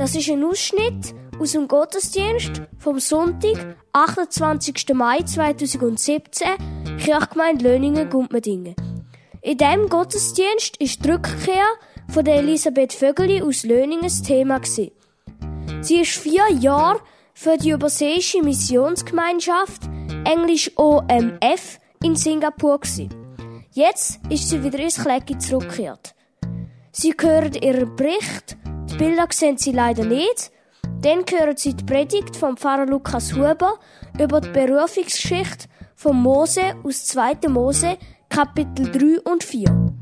Das ist ein Ausschnitt aus dem Gottesdienst vom Sonntag, 28. Mai 2017, Kirchgemeinde Löningen-Gumpmendingen. In diesem Gottesdienst ist die Rückkehr von der Elisabeth Vögeli aus Löningen das Thema gewesen. Sie ist 4 Jahre für die Überseeische Missionsgemeinschaft, englisch OMF, in Singapur gewesen. Jetzt ist sie wieder ins Klecki zurückgekehrt. Sie hören ihren Bericht, die Bilder sehen Sie leider nicht. Dann hören Sie die Predigt vom Pfarrer Lukas Huber über die Berufungsgeschichte von Mose aus 2. Mose, Kapitel 3 und 4.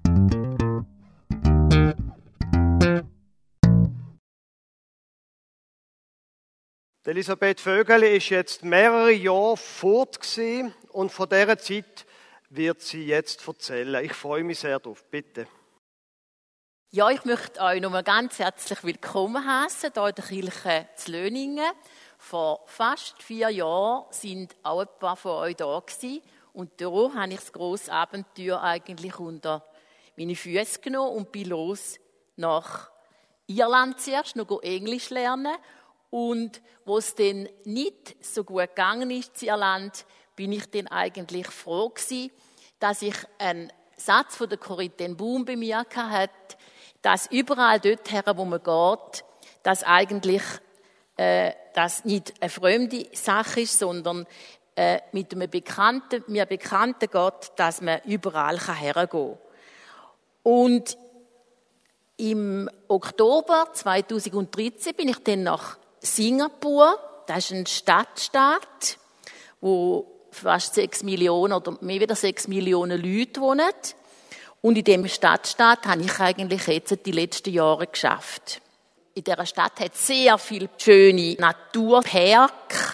Elisabeth Vögeli ist jetzt mehrere Jahre fort gewesen und von dieser Zeit wird sie jetzt erzählen. Ich freue mich sehr darauf. Bitte. Ja, ich möchte euch nochmal ganz herzlich willkommen heißen hier in der Kirche zu Löningen. Vor fast 4 Jahren sind auch ein paar von euch da gewesen. Und da habe ich das grosse Abenteuer eigentlich unter meine Füße genommen und bin los nach Irland zuerst, noch Englisch lernen. Und wo es dann nicht so gut gegangen ist in Irland, bin ich dann eigentlich froh gewesen, dass ich einen Satz von der Corrie ten Boom bei mir hatte, dass überall dorthin, wo man geht, dass eigentlich das nicht eine fremde Sache ist, sondern mit einem mir bekannten Gott, dass man überall hergehen kann. Und im Oktober 2013 bin ich dann nach Singapur. Das ist ein Stadtstaat, wo fast 6 Millionen oder mehr als 6 Millionen Leute wohnen. Und in diesem Stadtstaat habe ich eigentlich jetzt die letzten Jahre geschafft. In dieser Stadt hat es sehr viele schöne Naturparks.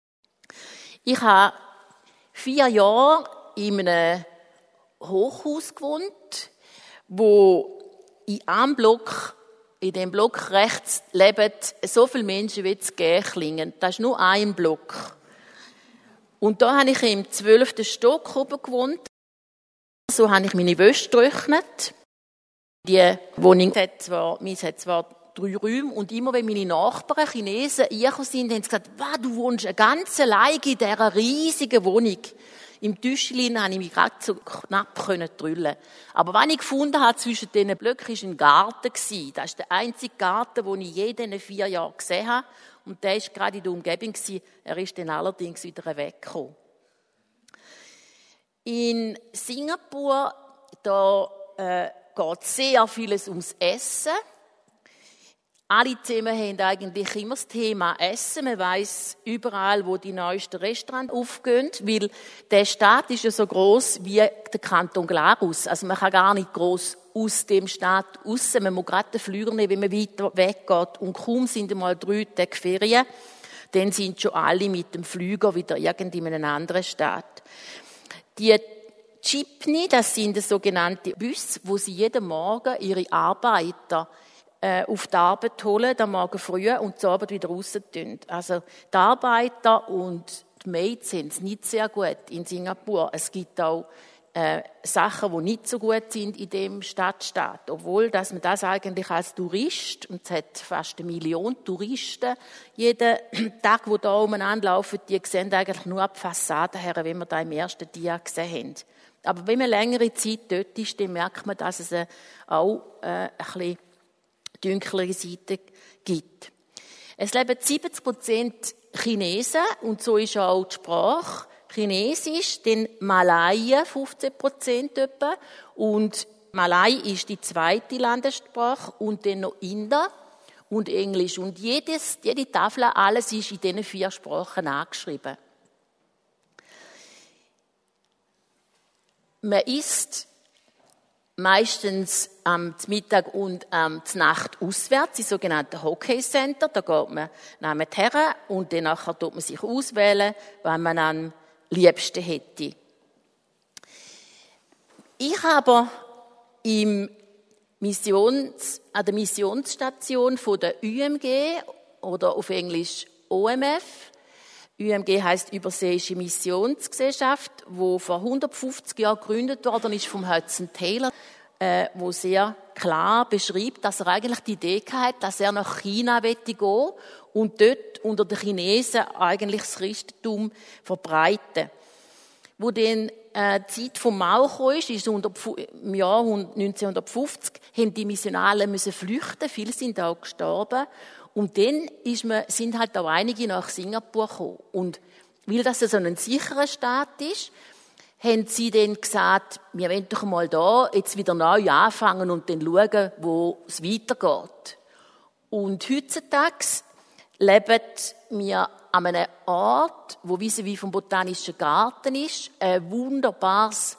Ich habe 4 Jahre in einem Hochhaus gewohnt, wo in einem Block, in dem Block rechts leben so viele Menschen wie es Gärchlingen. Das ist nur ein Block. Und da habe ich im 12. Stock oben gewohnt. So habe ich meine Wäsche getrocknet. Die Wohnung hat zwar 3 Räume und immer wenn meine Nachbarn Chinesen reingekommen sind, haben sie gesagt, wow, du wohnst eine ganze alleine in dieser riesigen Wohnung. Im Tischchen konnte ich mich gerade so knapp drüllen. Aber was ich gefunden habe zwischen diesen Blöcken, war ein Garten. Das ist der einzige Garten, den ich je in diesen 4 Jahren gesehen habe. Und der war gerade in der Umgebung. Er ist dann allerdings wieder weggekommen. In Singapur, da geht sehr vieles ums Essen. Alle zusammen haben eigentlich immer das Thema Essen. Man weiss überall, wo die neuesten Restaurants aufgehen, weil der Staat ist ja so gross wie der Kanton Glarus. Also man kann gar nicht gross aus dem Staat raus. Man muss gerade den Flüger nehmen, wenn man weiter weggeht. Und kaum sind einmal 3 Tage Ferien, dann sind schon alle mit dem Flüger wieder in einem anderen Staat. Die Jeepney, das sind sogenannte Busse, wo sie jeden Morgen ihre Arbeiter auf die Arbeit holen, am Morgen früh und zur Abend wieder raus tun. Also die Arbeiter und die Maids sind nicht sehr gut in Singapur. Es gibt auch Sachen, die nicht so gut sind in dem Stadtstaat. Obwohl, dass man das eigentlich als Tourist, und es hat fast 1 Million Touristen, jeden Tag, wo da umeinander laufen, die sehen eigentlich nur die Fassade her, wie wir da im ersten Dia gesehen haben. Aber wenn man längere Zeit dort ist, dann merkt man, dass es auch ein bisschen dunklere Seite gibt. Es leben 70% Chinesen und so ist auch die Sprache Chinesisch, dann Malai 15% etwa und Malai ist die zweite Landessprache und dann noch Inder und Englisch und jede Tafel, alles ist in diesen 4 Sprachen angeschrieben. Man isst meistens am Mittag und am Nacht auswärts, im sogenannten Hockey Center. Da geht man her und dann tut man sich auswählen, was man am liebsten hätte. Ich habe an der Missionsstation von der UMG oder auf Englisch OMF. UMG heisst Überseeische Missionsgesellschaft, wo vor 150 Jahren gegründet worden ist vom Hudson Taylor, wo sehr klar beschreibt, dass er eigentlich die Idee hat, dass er nach China gehen möchte und dort unter den Chinesen eigentlich das Christentum verbreiten. Wo dann die Zeit vom Mao kam, ist im Jahr 1950, haben die Missionare müssen flüchten, viele sind auch gestorben. Und dann sind halt auch einige nach Singapur gekommen. Und weil das so ein sicherer Staat ist, haben sie dann gesagt, wir wollen doch mal da jetzt wieder neu anfangen und dann schauen, wo es weitergeht. Und heutzutage leben wir an einem Ort, wo vis-à-vis vom Botanischen Garten ist, ein wunderbares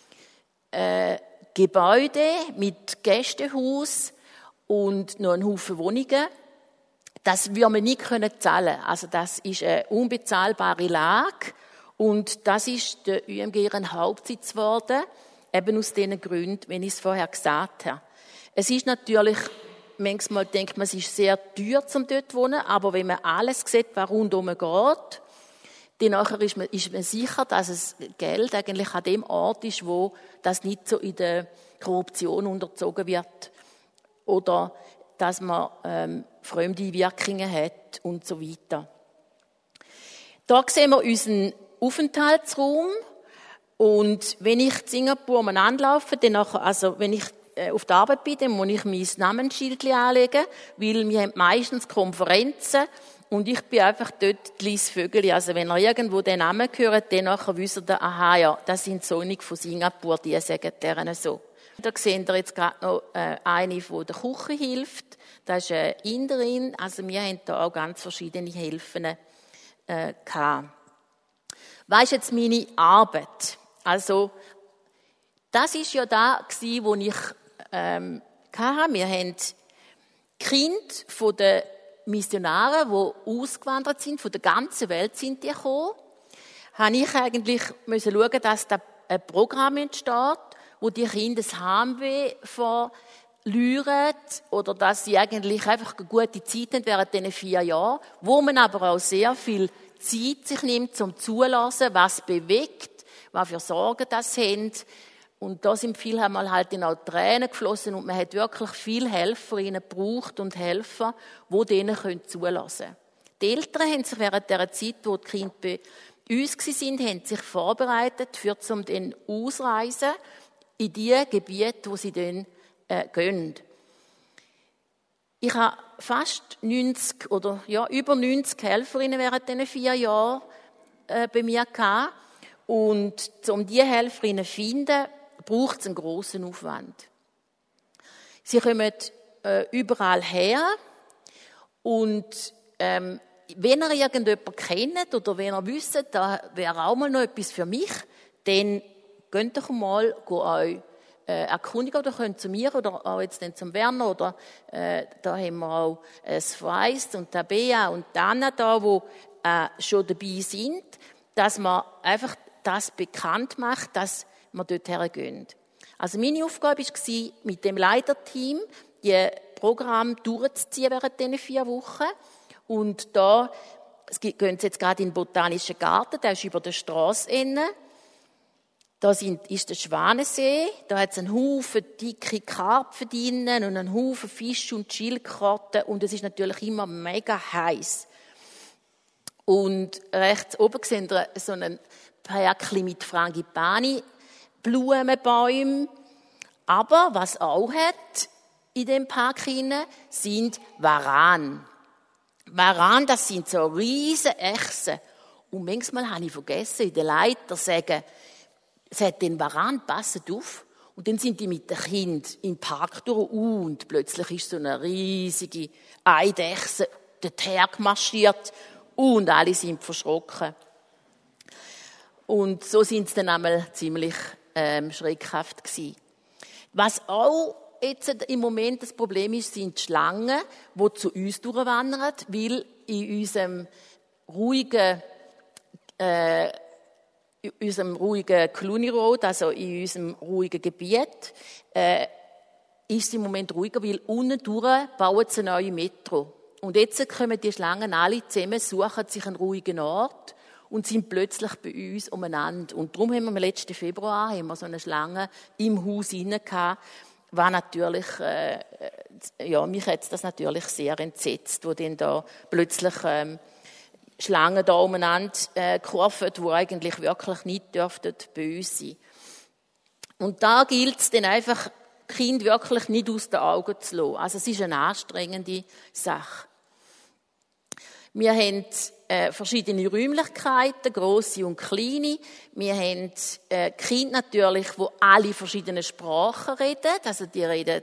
Gebäude mit Gästehaus und noch einen Haufen Wohnungen. Das würde man nicht zahlen können. Also das ist eine unbezahlbare Lage. Und das ist der UMG ihren Hauptsitz geworden, eben aus diesen Gründen, wenn ich es vorher gesagt habe. Es ist natürlich, manchmal denkt man, es ist sehr teuer, um dort zu wohnen, aber wenn man alles sieht, was rundherum geht, dann nachher ist man sicher, dass es Geld eigentlich an dem Ort ist, wo das nicht so in der Korruption unterzogen wird oder dass man fremde Wirkungen hat und so weiter. Da sehen wir unseren Aufenthaltsraum. Und wenn ich in Singapur anlaufe, dann nachher, also wenn ich auf der Arbeit bin, dann muss ich mein Namensschild anlegen, weil wir haben meistens Konferenzen und ich bin einfach dort die Lies Vögeli. Also wenn ihr irgendwo den Namen hört, dann nachher wisst ihr, aha, ja, das sind Sonnig von Singapur, die sagen deren so. Da sehen wir jetzt gerade noch eine, die der Küche hilft. Das ist eine Inderin. Also wir haben da auch ganz verschiedene Hilfen gehabt. Was ist jetzt meine Arbeit? Also, das ist ja da gewesen, wo ich hatte. Wir haben Kinder von den Missionaren, die ausgewandert sind, von der ganzen Welt sind die gekommen. Habe ich eigentlich müssen schauen, dass da ein Programm entsteht, wo die Kinder das Heimweh verlieren oder dass sie eigentlich einfach eine gute Zeit haben während diesen 4 Jahren, wo man aber auch sehr viel Zeit sich nimmt, zum Zulassen, was bewegt, was für Sorgen das haben. Und da sind viele einmal halt dann auch Tränen geflossen und man hat wirklich viele Helferinnen gebraucht und Helfer, die denen zulassen können. Die Eltern haben sich während dieser Zeit, wo die Kinder bei uns waren, haben sich vorbereitet, für zum dann ausreisen in die Gebiete, wo sie dann gehen. Ich habe fast 90 oder ja, über 90 Helferinnen während diesen 4 Jahren bei mir gehabt. Und um diese Helferinnen zu finden, braucht es einen grossen Aufwand. Sie kommen überall her und wenn ihr irgendjemanden kennt oder wenn ihr wisst, da wäre auch mal noch etwas für mich, dann geht doch mal euch erkundigen oder könnt zu mir oder auch jetzt dann zum Werner oder da haben wir auch das Feist und der Bea und die Anna da, die schon dabei sind, dass man einfach das bekannt macht, dass wir dort hergehen. Also meine Aufgabe war, mit dem Leiterteam die Programme durchzuziehen während diesen 4 Wochen. Und da gehen sie jetzt gerade in den Botanischen Garten, der ist über der Strasse innen. Da ist der Schwanensee, da hat es einen Haufen dicke Karpfen drinnen und einen Haufen Fisch und Schildkröten und es ist natürlich immer mega heiß. Und rechts oben sehen wir so einen Päckchen mit Frangipani, Blumenbäumen. Aber was auch hat in dem Park hinein, sind Varan. Varan, das sind so riesige Echsen. Und manchmal habe ich vergessen, in den Leiter sagen, es hat den Varan, passet auf. Und dann sind die mit den Kindern im Park durch und plötzlich ist so eine riesige Eidechse dorthin marschiert und alle sind verschrocken. Und so sind sie dann einmal ziemlich schreckhaft gewesen. Was auch jetzt im Moment das Problem ist, sind die Schlangen, die zu uns durchwandern, weil in unserem ruhigen Cluny Road, also in unserem ruhigen Gebiet, ist es im Moment ruhiger, weil unten durch bauen sie eine neue Metro. Und jetzt kommen die Schlangen alle zusammen, suchen sich einen ruhigen Ort und sind plötzlich bei uns umeinander. Und darum haben wir am letzten Februar so eine Schlange im Haus rein gehabt. war natürlich, mich hat das natürlich sehr entsetzt, wo dann da plötzlich Schlangen da umeinander kurven, die eigentlich wirklich nicht dürften bei uns sein. Und da gilt es dann einfach, Kind wirklich nicht aus den Augen zu lassen. Also es ist eine anstrengende Sache. Wir haben verschiedene Räumlichkeiten, grosse und kleine. Wir haben Kinder natürlich, die alle verschiedene Sprachen reden. Also die reden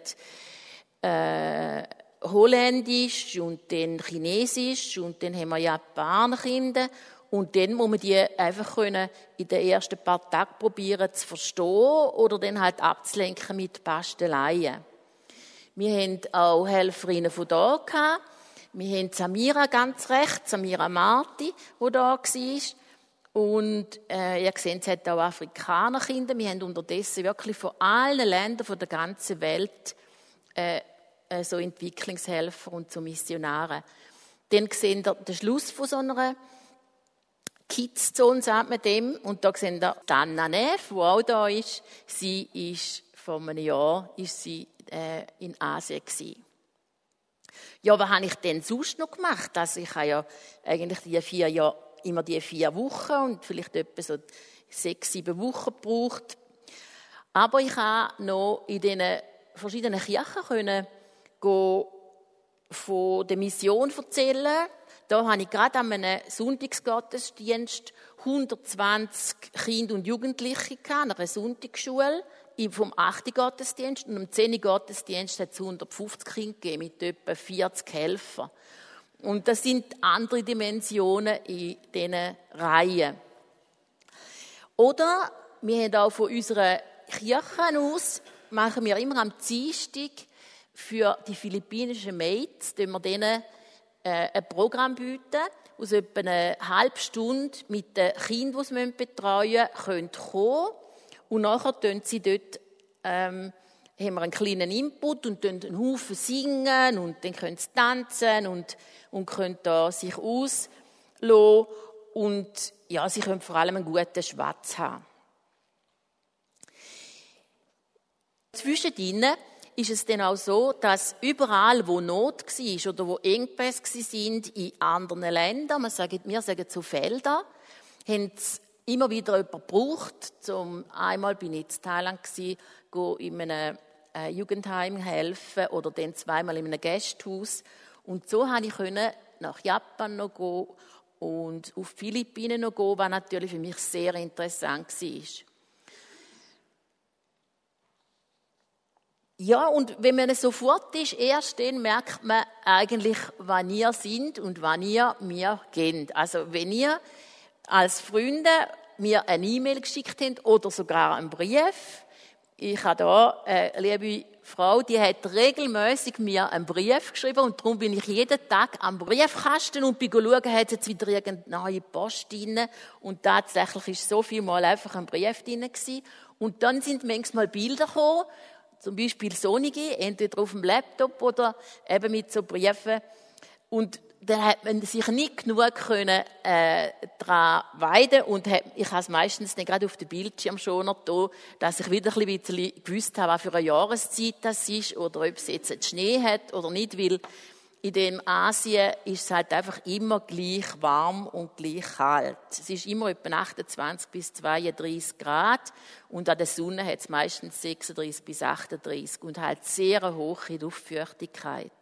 Holländisch und dann Chinesisch und dann haben wir Japanerkinder. Und dann muss man die einfach in den ersten paar Tagen probieren zu verstehen oder dann halt abzulenken mit Basteleien. Wir haben auch Helferinnen von da gehabt. Wir haben Samira ganz recht, Samira Marti, die da war. Und ihr seht, es hat auch Afrikanerkinder. Wir haben unterdessen wirklich von allen Ländern von der ganzen Welt so Entwicklungshelfer und so Missionare. Dann sehen wir den Schluss von so einer Kids-Zone, sagt man dem. Und da sehen wir Anna Neff, die auch da ist. Sie ist vor einem Jahr in Asien gewesen. Ja, was habe ich denn sonst noch gemacht? Also ich habe ja eigentlich die 4 Jahre, immer die 4 Wochen und vielleicht etwa so 6, 7 Wochen gebraucht. Aber ich habe noch in diesen verschiedenen Kirchen können von der Mission erzählen. Da habe ich gerade an einem Sonntagsgottesdienst 120 Kinder und Jugendliche gehabt, an einer Sonntagsschule, vom 8. Gottesdienst. Und am 10. Gottesdienst hat es 150 Kinder gegeben, mit etwa 40 Helfern. Und das sind andere Dimensionen in diesen Reihen. Oder wir haben auch von unseren Kirchen aus, machen wir immer am Dienstag für die philippinischen Mates, wir denen ein Programm bieten, aus etwa einer halben Stunde mit den Kindern, die sie betreuen können, kommen. Und nachher tun sie dort, haben wir einen kleinen Input und einen Haufen singen und dann können sie tanzen und können da sich auslassen. Und ja, sie können vor allem einen guten Schwatz haben. Zwischendrin ist es dann auch so, dass überall, wo Not war oder wo Engpässe waren in anderen Ländern, wir sagen zu Feldern, haben sie immer wieder jemanden gebraucht. Einmal bin ich in Thailand, in einem Jugendheim helfen oder dann 2-mal in einem Gasthaus. Und so konnte ich nach Japan noch gehen und auf die Philippinen noch gehen, was natürlich für mich sehr interessant war. Ja, und wenn man so fort ist, erst dann merkt man eigentlich, wann ihr sind und wann ihr mir kennt. Also wenn ihr als Freunde mir eine E-Mail geschickt habt oder sogar einen Brief. Ich habe da eine liebe Frau, die hat regelmäßig mir einen Brief geschrieben und darum bin ich jeden Tag am Briefkasten und bin schauen, hat jetzt wieder irgendeine neue Post drin. Und tatsächlich ist so viel Mal einfach ein Brief drin gewesen. Und dann sind manchmal Bilder gekommen, zum Beispiel sonnige, entweder auf dem Laptop oder eben mit so Briefen. Und dann hat man sich nicht genug daran weiden und ich habe es meistens nicht gerade auf dem Bildschirm schon noch da, dass ich wieder ein bisschen gewusst habe, was für eine Jahreszeit das ist oder ob es jetzt Schnee hat oder nicht, weil in dem Asien ist es halt einfach immer gleich warm und gleich kalt. Es ist immer etwa 28 bis 32 Grad und an der Sonne hat es meistens 36 bis 38 und halt sehr hohe Luftfeuchtigkeit.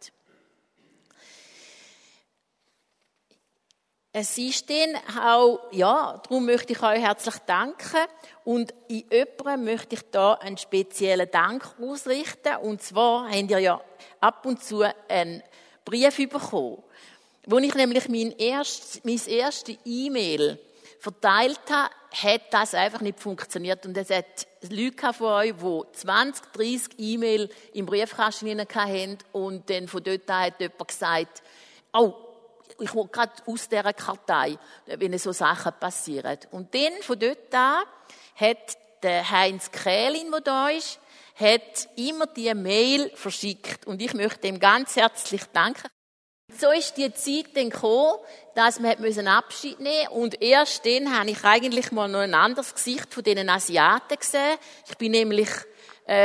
Es ist dann auch, ja, darum möchte ich euch herzlich danken und in jemandem möchte ich da einen speziellen Dank ausrichten und zwar habt ihr ja ab und zu einen Brief bekommen, wo ich nämlich mein erste E-Mail verteilt habe, hat das einfach nicht funktioniert und es hat Leute von euch, die 20, 30 E-Mail im Briefkasten hatten und dann von dort an hat jemand gesagt, oh, ich komme gerade aus dieser Kartei, wenn so Sachen passieren. Und dann, von dort an, hat der Heinz Kählin, der da ist, hat immer die Mail verschickt. Und ich möchte ihm ganz herzlich danken. So ist die Zeit dann gekommen, dass wir Abschied nehmen mussten. Und erst dann habe ich eigentlich mal noch ein anderes Gesicht von diesen Asiaten gesehen. Ich bin nämlich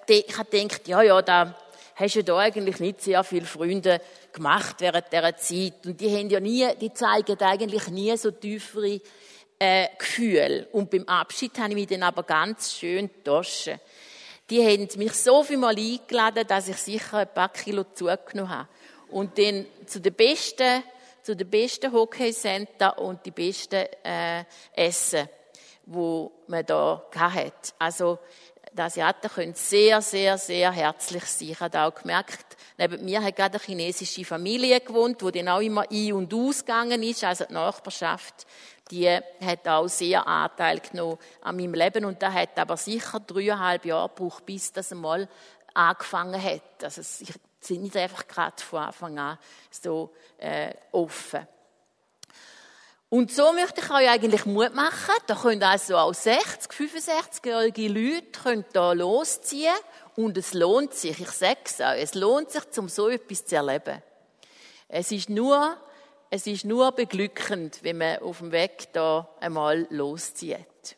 ich habe gedacht, ja, da hast du da eigentlich nicht sehr viele Freunde gemacht während dieser Zeit. Und die zeigen eigentlich nie so tiefere Gefühle. Und beim Abschied habe ich mich dann aber ganz schön getauscht. Die haben mich so viel Mal eingeladen, dass ich sicher ein paar Kilo zugenommen habe. Und dann zu den besten Hockey-Center und die besten Essen, die man da hatte. Also, die Asiaten können sehr, sehr, sehr herzlich sein. Ich habe auch gemerkt, neben mir hat gerade eine chinesische Familie gewohnt, die dann auch immer ein- und ausgegangen ist. Also die Nachbarschaft, die hat auch sehr Anteil genommen an meinem Leben. Und das hat aber sicher 3,5 Jahre gebraucht, bis das einmal angefangen hat. Also sie sind nicht einfach gerade von Anfang an so offen. Und so möchte ich euch eigentlich Mut machen. Da können also auch 60-, 65-jährige Leute können da losziehen. Und es lohnt sich, ich sage es auch, es lohnt sich, um so etwas zu erleben. Es ist nur beglückend, wenn man auf dem Weg da einmal loszieht.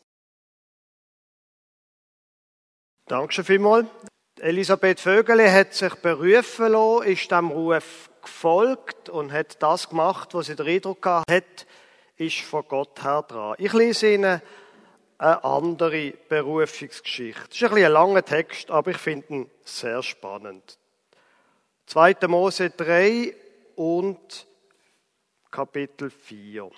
Dankeschön vielmals. Elisabeth Vögele hat sich berufen lassen, ist dem Ruf gefolgt und hat das gemacht, was sie den Eindruck hat, ist von Gott her dran. Ich lese Ihnen eine andere Berufungsgeschichte. Das ist ein bisschen ein langer Text, aber ich finde ihn sehr spannend. 2. Mose 3 und Kapitel 4.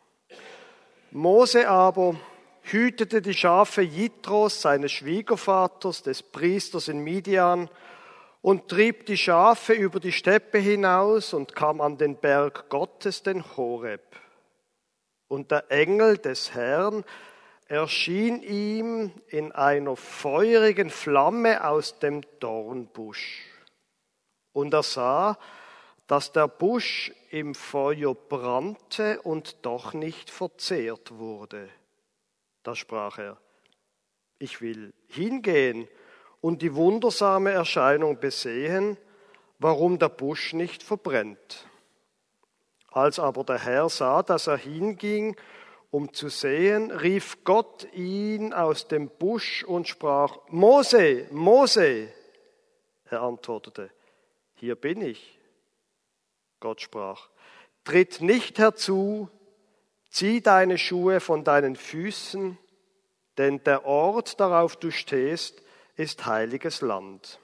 Mose aber hütete die Schafe Jitros, seines Schwiegervaters, des Priesters in Midian, und trieb die Schafe über die Steppe hinaus und kam an den Berg Gottes, den Horeb. Und der Engel des Herrn erschien ihm in einer feurigen Flamme aus dem Dornbusch. Und er sah, dass der Busch im Feuer brannte und doch nicht verzehrt wurde. Da sprach er: Ich will hingehen und die wundersame Erscheinung besehen, warum der Busch nicht verbrennt. Als aber der Herr sah, dass er hinging, um zu sehen, rief Gott ihn aus dem Busch und sprach: Mose, Mose! Er antwortete: Hier bin ich. Gott sprach: Tritt nicht herzu, zieh deine Schuhe von deinen Füßen, denn der Ort, darauf du stehst, ist heiliges Land.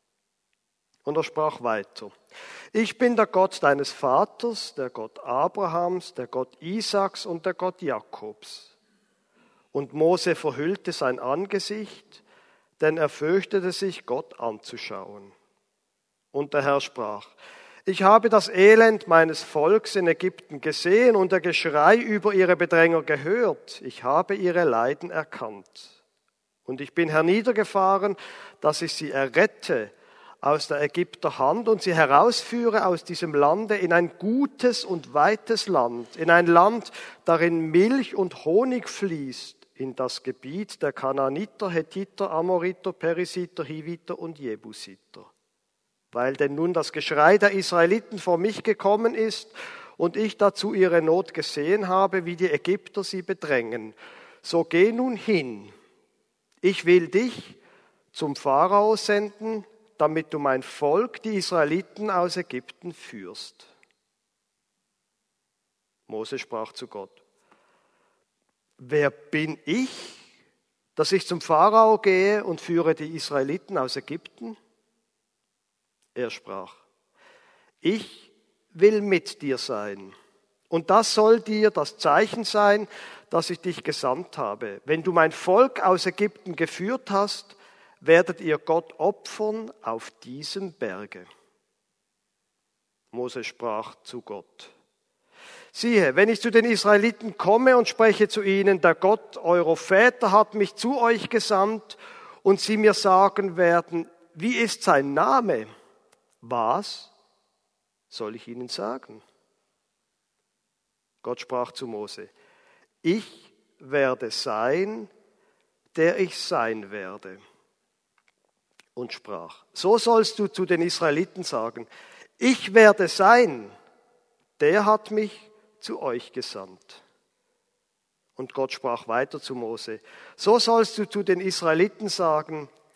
Und er sprach weiter: Ich bin der Gott deines Vaters, der Gott Abrahams, der Gott Isaaks und der Gott Jakobs. Und Mose verhüllte sein Angesicht, denn er fürchtete sich, Gott anzuschauen. Und der Herr sprach: Ich habe das Elend meines Volks in Ägypten gesehen und ihr Geschrei über ihre Bedränger gehört. Ich habe ihre Leiden erkannt. Und ich bin herniedergefahren, dass ich sie errette aus der Ägypter Hand und sie herausführe aus diesem Lande in ein gutes und weites Land, in ein Land, darin Milch und Honig fließt, in das Gebiet der Kanaaniter, Hethiter, Amoriter, Perisiter, Hiviter und Jebusiter. Weil denn nun das Geschrei der Israeliten vor mich gekommen ist und ich dazu ihre Not gesehen habe, wie die Ägypter sie bedrängen. So geh nun hin. Ich will dich zum Pharao senden, damit du mein Volk, die Israeliten, aus Ägypten führst. Mose sprach zu Gott: Wer bin ich, dass ich zum Pharao gehe und führe die Israeliten aus Ägypten? Er sprach: Ich will mit dir sein. Und das soll dir das Zeichen sein, dass ich dich gesandt habe. Wenn du mein Volk aus Ägypten geführt hast, werdet ihr Gott opfern auf diesem Berge. Mose sprach zu Gott: Siehe, wenn ich zu den Israeliten komme und spreche zu ihnen, der Gott eurer Väter hat mich zu euch gesandt, und sie mir sagen werden, wie ist sein Name? Was soll ich ihnen sagen? Gott sprach zu Mose: Ich werde sein, der ich sein werde. Und sprach: So sollst du zu den Israeliten sagen: Ich werde sein, der hat mich zu euch gesandt. Und Gott sprach weiter zu Mose: So sollst du zu den Israeliten sagen: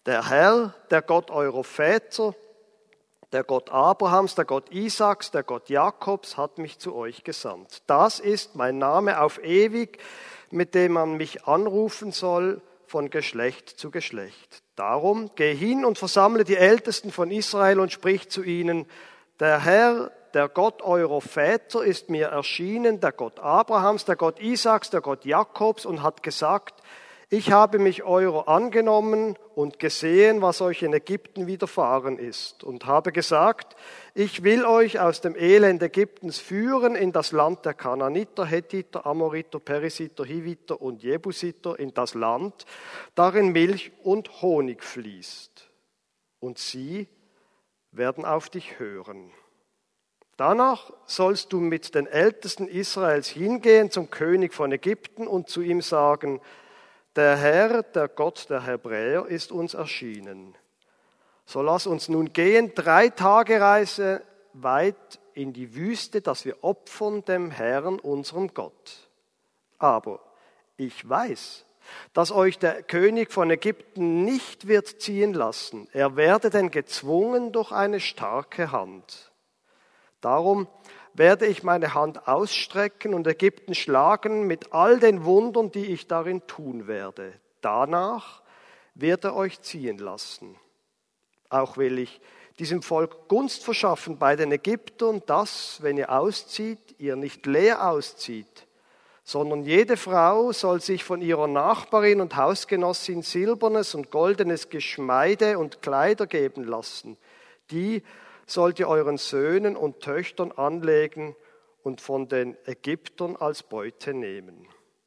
Der Herr, der Gott eurer Väter, der Gott Abrahams, der Gott Isaaks, der Gott Jakobs hat mich zu euch gesandt. Das ist mein Name auf ewig, mit dem man mich anrufen soll von Geschlecht zu Geschlecht. Darum geh hin und versammle die Ältesten von Israel und sprich zu ihnen, der Herr, der Gott eurer Väter ist mir erschienen, der Gott Abrahams, der Gott Isaaks, der Gott Jakobs und hat gesagt, ich habe mich eurer angenommen und gesehen, was euch in Ägypten widerfahren ist und habe gesagt, ich will euch aus dem Elend Ägyptens führen in das Land der Kanaaniter, Hethiter, Amoriter, Perisiter, Hiviter und Jebusiter, in das Land, darin Milch und Honig fließt. Und sie werden auf dich hören. Danach sollst du mit den Ältesten Israels hingehen zum König von Ägypten und zu ihm sagen, der Herr, der Gott der Hebräer, ist uns erschienen. So lass uns nun gehen, 3 Tagereise weit in die Wüste, dass wir opfern dem Herrn, unserem Gott. Aber ich weiß, dass euch der König von Ägypten nicht wird ziehen lassen. Er werde denn gezwungen durch eine starke Hand. Darum werde ich meine Hand ausstrecken und Ägypten schlagen mit all den Wundern, die ich darin tun werde. Danach wird er euch ziehen lassen. Auch will ich diesem Volk Gunst verschaffen bei den Ägyptern, dass, wenn ihr auszieht, ihr nicht leer auszieht, sondern jede Frau soll sich von ihrer Nachbarin und Hausgenossin silbernes und goldenes Geschmeide und Kleider geben lassen. Die sollt ihr euren Söhnen und Töchtern anlegen und von den Ägyptern als Beute nehmen.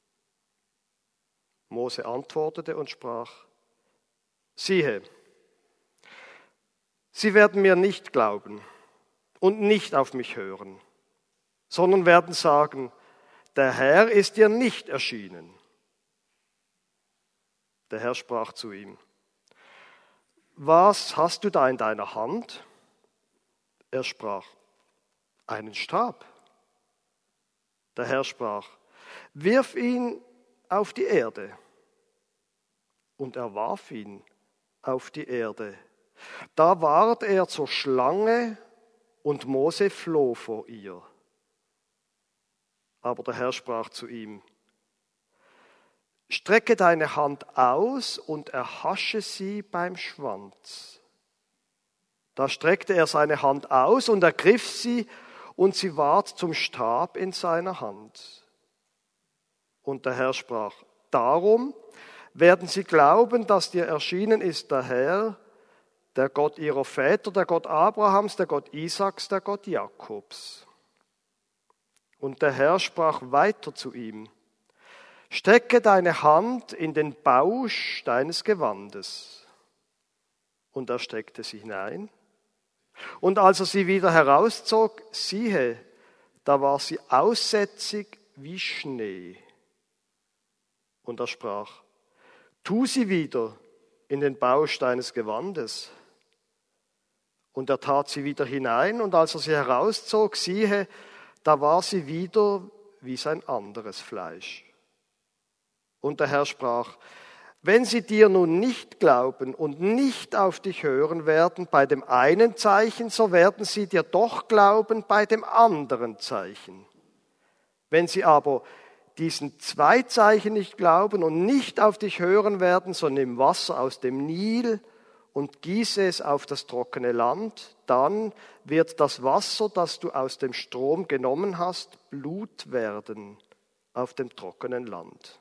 Mose antwortete und sprach, siehe, sie werden mir nicht glauben und nicht auf mich hören, sondern werden sagen, der Herr ist dir nicht erschienen. Der Herr sprach zu ihm, was hast du da in deiner Hand? Er sprach, einen Stab. Der Herr sprach, wirf ihn auf die Erde. Und er warf ihn auf die Erde. Da ward er zur Schlange und Mose floh vor ihr. Aber der Herr sprach zu ihm, strecke deine Hand aus und erhasche sie beim Schwanz. Da streckte er seine Hand aus und ergriff sie, und sie ward zum Stab in seiner Hand. Und der Herr sprach, darum werden sie glauben, dass dir erschienen ist der Herr, der Gott ihrer Väter, der Gott Abrahams, der Gott Isaaks, der Gott Jakobs. Und der Herr sprach weiter zu ihm, stecke deine Hand in den Bausch deines Gewandes. Und er steckte sie hinein. Und als er sie wieder herauszog, siehe, da war sie aussätzig wie Schnee. Und er sprach, tu sie wieder in den Bausch deines Gewandes. Und er tat sie wieder hinein, und als er sie herauszog, siehe, da war sie wieder wie sein anderes Fleisch. Und der Herr sprach, wenn sie dir nun nicht glauben und nicht auf dich hören werden bei dem einen Zeichen, so werden sie dir doch glauben bei dem anderen Zeichen. Wenn sie aber diesen 2 Zeichen nicht glauben und nicht auf dich hören werden, so nimm Wasser aus dem Nil und gieße es auf das trockene Land, dann wird das Wasser, das du aus dem Strom genommen hast, Blut werden auf dem trockenen Land.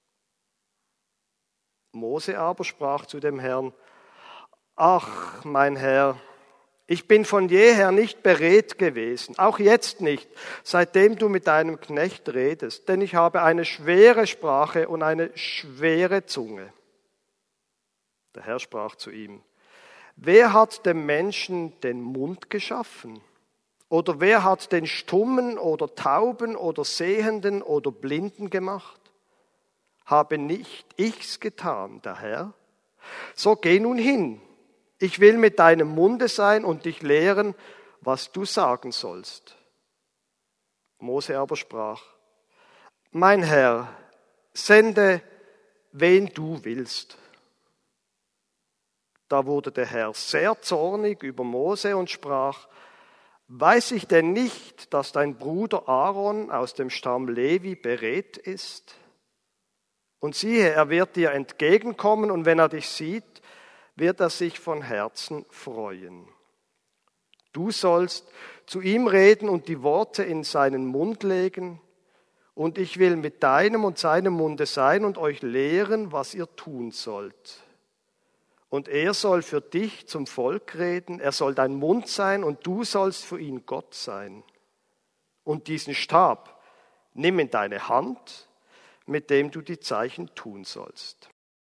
Mose aber sprach zu dem Herrn, ach, mein Herr, ich bin von jeher nicht beredt gewesen, auch jetzt nicht, seitdem du mit deinem Knecht redest, denn ich habe eine schwere Sprache und eine schwere Zunge. Der Herr sprach zu ihm, wer hat dem Menschen den Mund geschaffen? Oder wer hat den Stummen oder Tauben oder Sehenden oder Blinden gemacht? Habe nicht ich's getan, der Herr? So geh nun hin. Ich will mit deinem Munde sein und dich lehren, was du sagen sollst. Mose aber sprach, mein Herr, sende, wen du willst. Da wurde der Herr sehr zornig über Mose und sprach: Weiß ich denn nicht, dass dein Bruder Aaron aus dem Stamm Levi beredt ist? Und siehe, er wird dir entgegenkommen, und wenn er dich sieht, wird er sich von Herzen freuen. Du sollst zu ihm reden und die Worte in seinen Mund legen, und ich will mit deinem und seinem Munde sein und euch lehren, was ihr tun sollt. Und er soll für dich zum Volk reden, er soll dein Mund sein, und du sollst für ihn Gott sein. Und diesen Stab nimm in deine Hand, mit dem du die Zeichen tun sollst.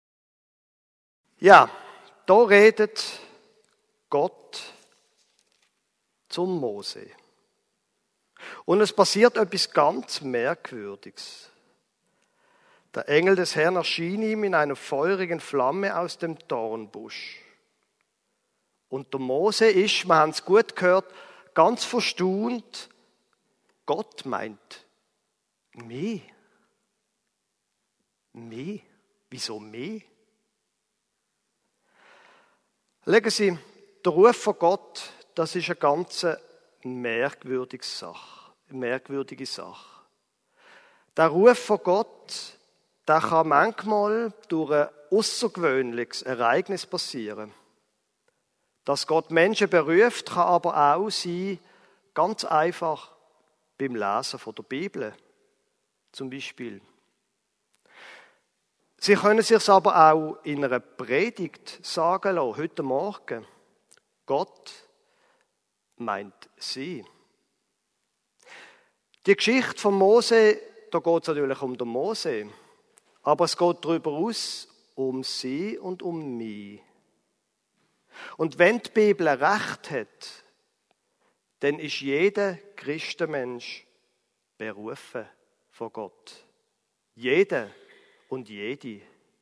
Ja, da redet Gott zum Mose. Und es passiert etwas ganz Merkwürdiges. Der Engel des Herrn erschien ihm in einer feurigen Flamme aus dem Dornbusch. Und der Mose ist, wir haben es gut gehört, ganz verstaunt. Gott meint mich. Mich? Wieso mich? Legen Sie, der Ruf von Gott, das ist eine ganz merkwürdige Sache. Der Ruf von Gott, der kann manchmal durch ein außergewöhnliches Ereignis passieren. Dass Gott Menschen beruft, kann aber auch sein, ganz einfach beim Lesen von der Bibel. Zum Beispiel. Sie können es sich aber auch in einer Predigt sagen lassen, heute Morgen. Gott meint sie. Die Geschichte von Mose, da geht es natürlich um den Mose, aber es geht darüber aus um sie und um mich. Und wenn die Bibel recht hat, dann ist jeder Christenmensch berufen von Gott. Jeder und jede.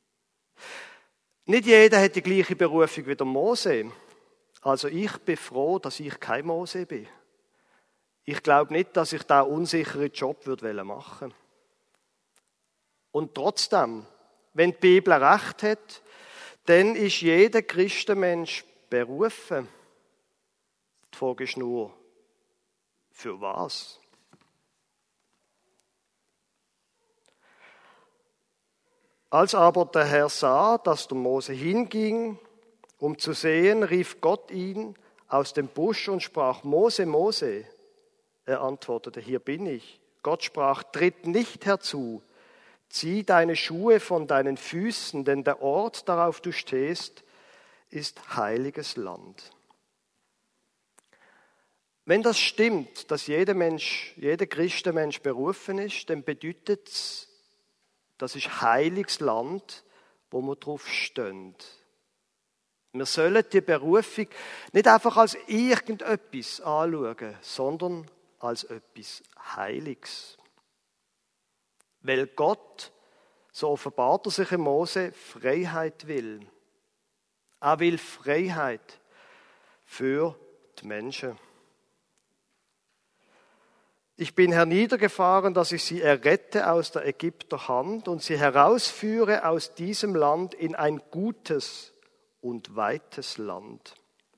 Nicht jeder hat die gleiche Berufung wie der Mose. Also ich bin froh, dass ich kein Mose bin. Ich glaube nicht, dass ich diesen unsicheren Job machen würde. Und trotzdem, wenn die Bibel recht hat, dann ist jeder Christenmensch berufen. Die Frage ist nur, für was? Als aber der Herr sah, dass der Mose hinging, um zu sehen, rief Gott ihn aus dem Busch und sprach: Mose, Mose. Er antwortete: Hier bin ich. Gott sprach: Tritt nicht herzu, zieh deine Schuhe von deinen Füßen, denn der Ort, darauf du stehst, ist heiliges Land. Wenn das stimmt, dass jeder Christenmensch berufen ist, dann bedeutet es, das ist heiliges Land, wo wir drauf stehen. Wir sollen die Berufung nicht einfach als irgendetwas anschauen, sondern als etwas Heiliges. Weil Gott, so offenbart er sich in Mose, Freiheit will. Er will Freiheit für die Menschen. Ich bin herniedergefahren, dass ich sie errette aus der Ägypter Hand und sie herausführe aus diesem Land in ein gutes und weites Land.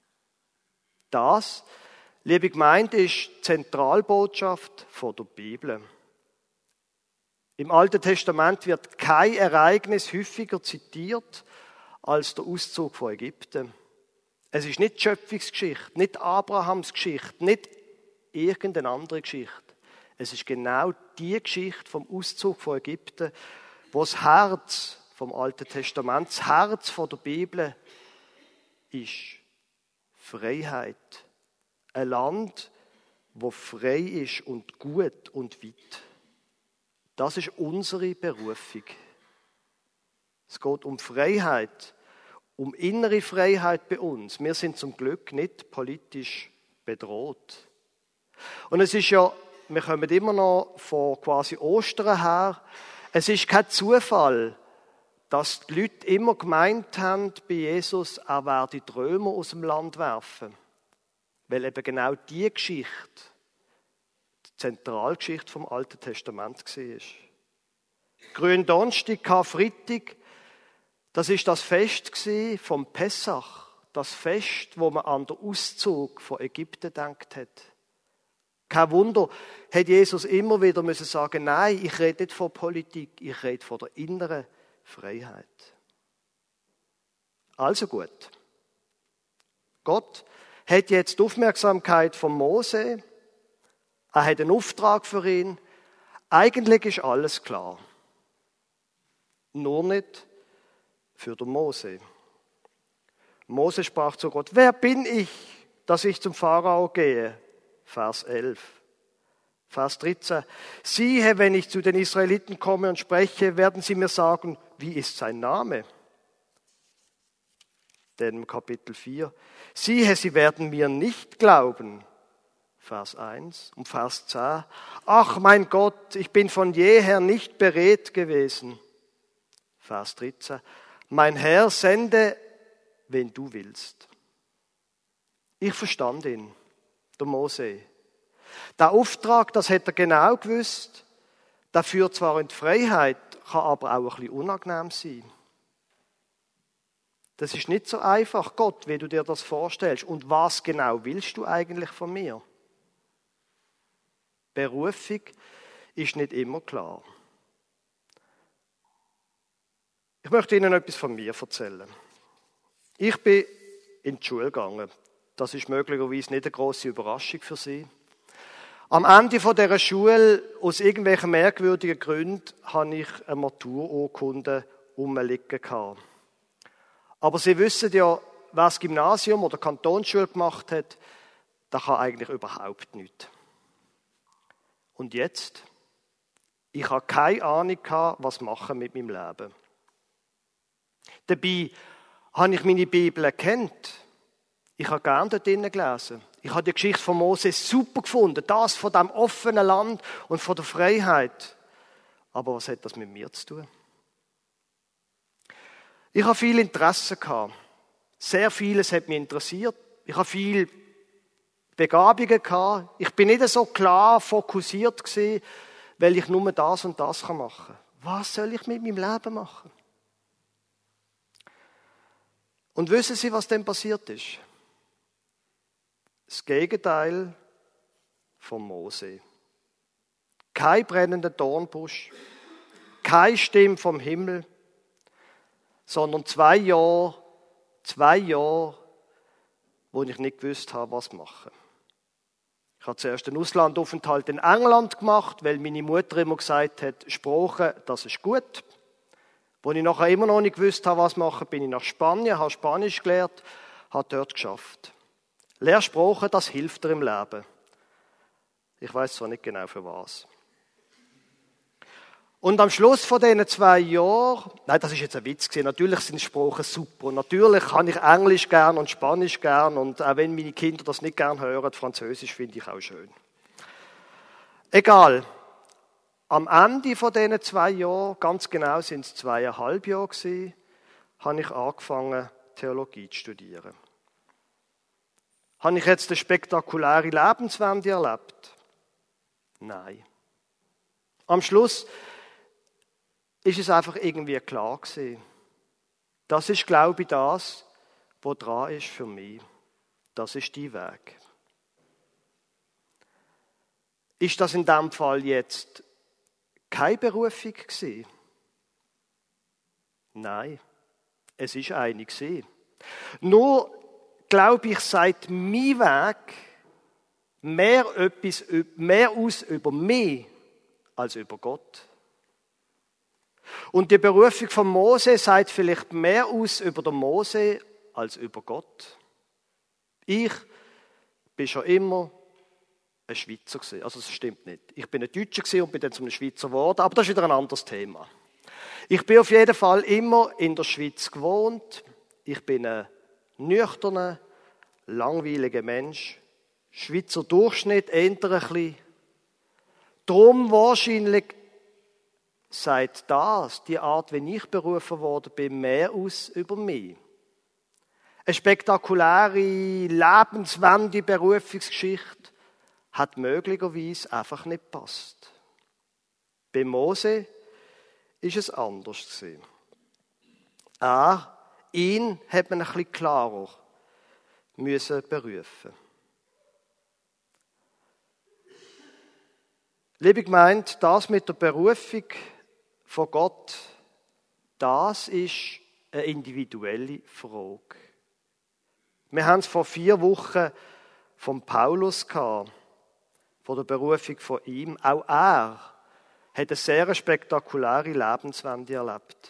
Das, liebe Gemeinde, ist die Zentralbotschaft von der Bibel. Im Alten Testament wird kein Ereignis häufiger zitiert als der Auszug von Ägypten. Es ist nicht die Schöpfungsgeschichte, nicht Abrahams Geschichte, nicht irgendeine andere Geschichte. Es ist genau die Geschichte vom Auszug von Ägypten, wo das Herz vom Alten Testament, das Herz von der Bibel ist. Freiheit. Ein Land, wo frei ist und gut und weit. Das ist unsere Berufung. Es geht um Freiheit, um innere Freiheit bei uns. Wir sind zum Glück nicht politisch bedroht. Und es ist ja, wir kommen immer noch von quasi Ostern her, es ist kein Zufall, dass die Leute immer gemeint haben bei Jesus, er werde die Römer aus dem Land werfen. Weil eben genau die Geschichte, die Zentralgeschichte vom Alten Testament war. Gründonnerstag, Karfreitag, das ist das Fest vom Pessach. das Fest, wo man an den Auszug von Ägypten gedacht hat. Kein Wunder, hat Jesus immer wieder müssen sagen, nein, ich rede nicht von Politik, ich rede von der inneren Freiheit. Also gut. Gott hat jetzt die Aufmerksamkeit von Mose. Er hat einen Auftrag für ihn. Eigentlich ist alles klar. Nur nicht für den Mose. Mose sprach zu Gott, wer bin ich, dass ich zum Pharao gehe? Vers 11. Vers 13. Siehe, wenn ich zu den Israeliten komme und spreche, werden sie mir sagen, wie ist sein Name? Denn im Kapitel 4. Siehe, sie werden mir nicht glauben. Vers 1 und Vers 10. Ach mein Gott, ich bin von jeher nicht beredt gewesen. Vers 13. Mein Herr, sende, wen du willst. Ich verstand ihn, der Mose. Der Auftrag, das hat er genau gewusst. Der führt zwar in die Freiheit, kann aber auch ein bisschen unangenehm sein. Das ist nicht so einfach, Gott, wie du dir das vorstellst. Und was genau willst du eigentlich von mir? Berufung ist nicht immer klar. Ich möchte Ihnen etwas von mir erzählen. Ich bin in die Schule gegangen. Das ist möglicherweise nicht eine grosse Überraschung für Sie. Am Ende dieser Schule, aus irgendwelchen merkwürdigen Gründen, hatte ich eine Matururkunde rumliegen gehabt. Aber Sie wissen ja, wer das Gymnasium oder Kantonsschule gemacht hat, der kann eigentlich überhaupt nichts. Und jetzt? Ich habe keine Ahnung gehabt, was machen mit meinem Leben. Dabei habe ich meine Bibel erkannt. Ich habe gerne dort drinnen gelesen. Ich habe die Geschichte von Mose super gefunden. Das von dem offenen Land und von der Freiheit. Aber was hat das mit mir zu tun? Ich habe viel Interesse gehabt. Sehr vieles hat mich interessiert. Ich habe viel Begabungen gehabt. Ich bin nicht so klar fokussiert gewesen, weil ich nur das und das machen kann. Was soll ich mit meinem Leben machen? Und wissen Sie, was denn passiert ist? Das Gegenteil von Mose. Kein brennender Dornbusch, keine Stimme vom Himmel, sondern 2 Jahre, wo ich nicht gewusst habe, was machen. Ich habe zuerst einen Auslandaufenthalt in England gemacht, weil meine Mutter immer gesagt hat, Sprache, das ist gut. Wo ich nachher immer noch nicht gewusst habe, was machen, bin ich nach Spanien, habe Spanisch gelernt, habe dort geschafft. Lehrsprache, das hilft dir im Leben. Ich weiß zwar nicht genau für was. Und am Schluss von diesen 2 Jahren, nein, das ist jetzt ein Witz gewesen, natürlich sind Sprachen super. Und natürlich kann ich Englisch gern und Spanisch gern und auch wenn meine Kinder das nicht gern hören, Französisch finde ich auch schön. Egal. Am Ende von diesen 2 Jahren, ganz genau sind es 2,5 Jahre gewesen, habe ich angefangen, Theologie zu studieren. Habe ich jetzt eine spektakuläre Lebenswende erlebt? Nein. Am Schluss ist es einfach irgendwie klar gewesen. Das ist, glaube ich, das, was dran ist für mich. Das ist dein Weg. Ist das in diesem Fall jetzt keine Berufung gewesen? Nein, es ist eine gewesen. Nur, glaube ich, sagt mein Weg mehr aus über mich als über Gott. Und die Berufung von Mose sagt vielleicht mehr aus über den Mose als über Gott. Ich bin schon immer ein Schweizer gewesen. Also das stimmt nicht. Ich bin ein Deutscher gewesen und bin dann zum Schweizer geworden, aber das ist wieder ein anderes Thema. Ich bin auf jeden Fall immer in der Schweiz gewohnt. Ich bin ein nüchterner, langweiliger Mensch. Schweizer Durchschnitt, eher ein bisschen. Darum wahrscheinlich sagt das, die Art, wie ich berufen worden bin, mehr aus über mich. Eine spektakuläre, lebenswende Berufungsgeschichte hat möglicherweise einfach nicht gepasst. Bei Mose ist es anders gewesen. Ihn hat man ein bisschen klarer müssen berufen. Liebe Gemeinde, das mit der Berufung von Gott, das ist eine individuelle Frage. Wir haben es vor 4 Wochen von Paulus gehabt, von der Berufung von ihm. Auch er hat eine sehr spektakuläre Lebenswende erlebt.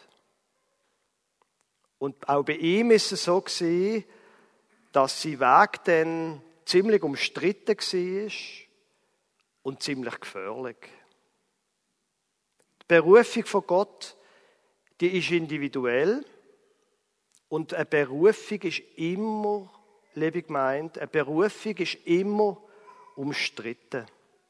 Und auch bei ihm ist es so gewesen, dass sein Weg dann ziemlich umstritten war und ziemlich gefährlich. Die Berufung von Gott, die ist individuell und eine Berufung ist immer, liebe Gemeinde, eine Berufung ist immer umstritten.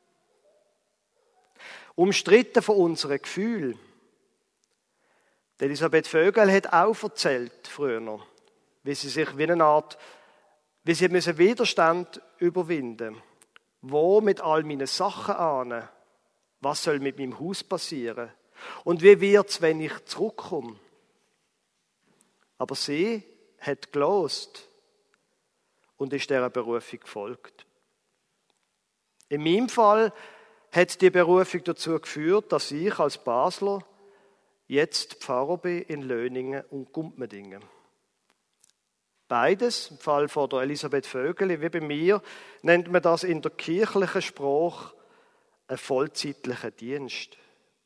Umstritten von unseren Gefühlen. Elisabeth Vögel hat auch erzählt, früher noch, wie sie sich wie eine Art, wie sie müssen Widerstand überwinden. Wo mit all meinen Sachen an? Was soll mit meinem Haus passieren? Und wie wird es, wenn ich zurückkomme? Aber sie hat gelost und ist dieser Berufung gefolgt. In meinem Fall hat die Berufung dazu geführt, dass ich als Basler jetzt Pfarrer bin in Löningen und Gumpmedingen. Beides, im Fall von der Elisabeth Vögeli wie bei mir, nennt man das in der kirchlichen Sprache einen vollzeitlichen Dienst.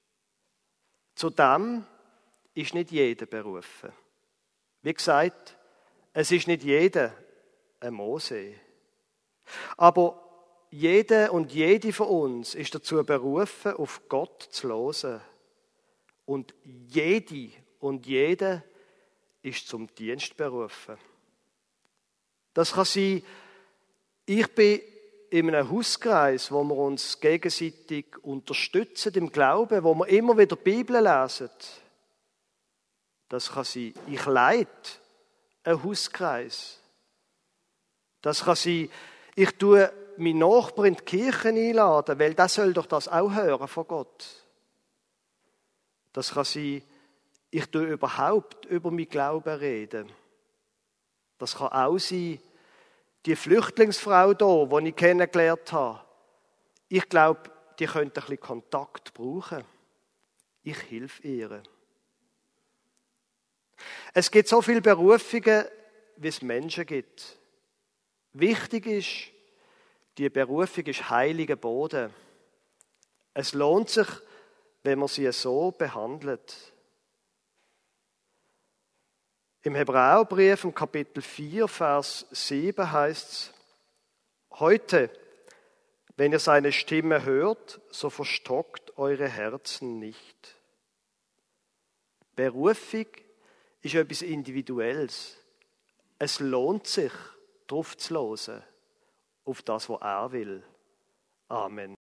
Zudem ist nicht jeder berufen. Wie gesagt, es ist nicht jeder ein Mose. Aber jeder und jede von uns ist dazu berufen, auf Gott zu hören. Und jede und jeder ist zum Dienst berufen. Das kann sein, ich bin in einem Hauskreis, wo wir uns gegenseitig unterstützen im Glauben, wo wir immer wieder die Bibel lesen. Das kann sein, ich leite einen Hauskreis. Das kann sein, ich tue meinen Nachbarn in die Kirche einladen, weil der soll doch das auch hören von Gott. Das kann sein, ich tue überhaupt über meinen Glauben reden. Das kann auch sein, die Flüchtlingsfrau hier, die ich kennengelernt habe. Ich glaube, die könnte ein bisschen Kontakt brauchen. Ich helfe ihr. Es gibt so viele Berufungen, wie es Menschen gibt. Wichtig ist, die Berufung ist heiliger Boden. Es lohnt sich, wenn man sie so behandelt. Im Hebräerbrief, im Kapitel 4, Vers 7 heißt es: Heute, wenn ihr seine Stimme hört, so verstockt eure Herzen nicht. Berufung ist etwas Individuelles. Es lohnt sich, darauf zu hören, auf das, was er will. Amen.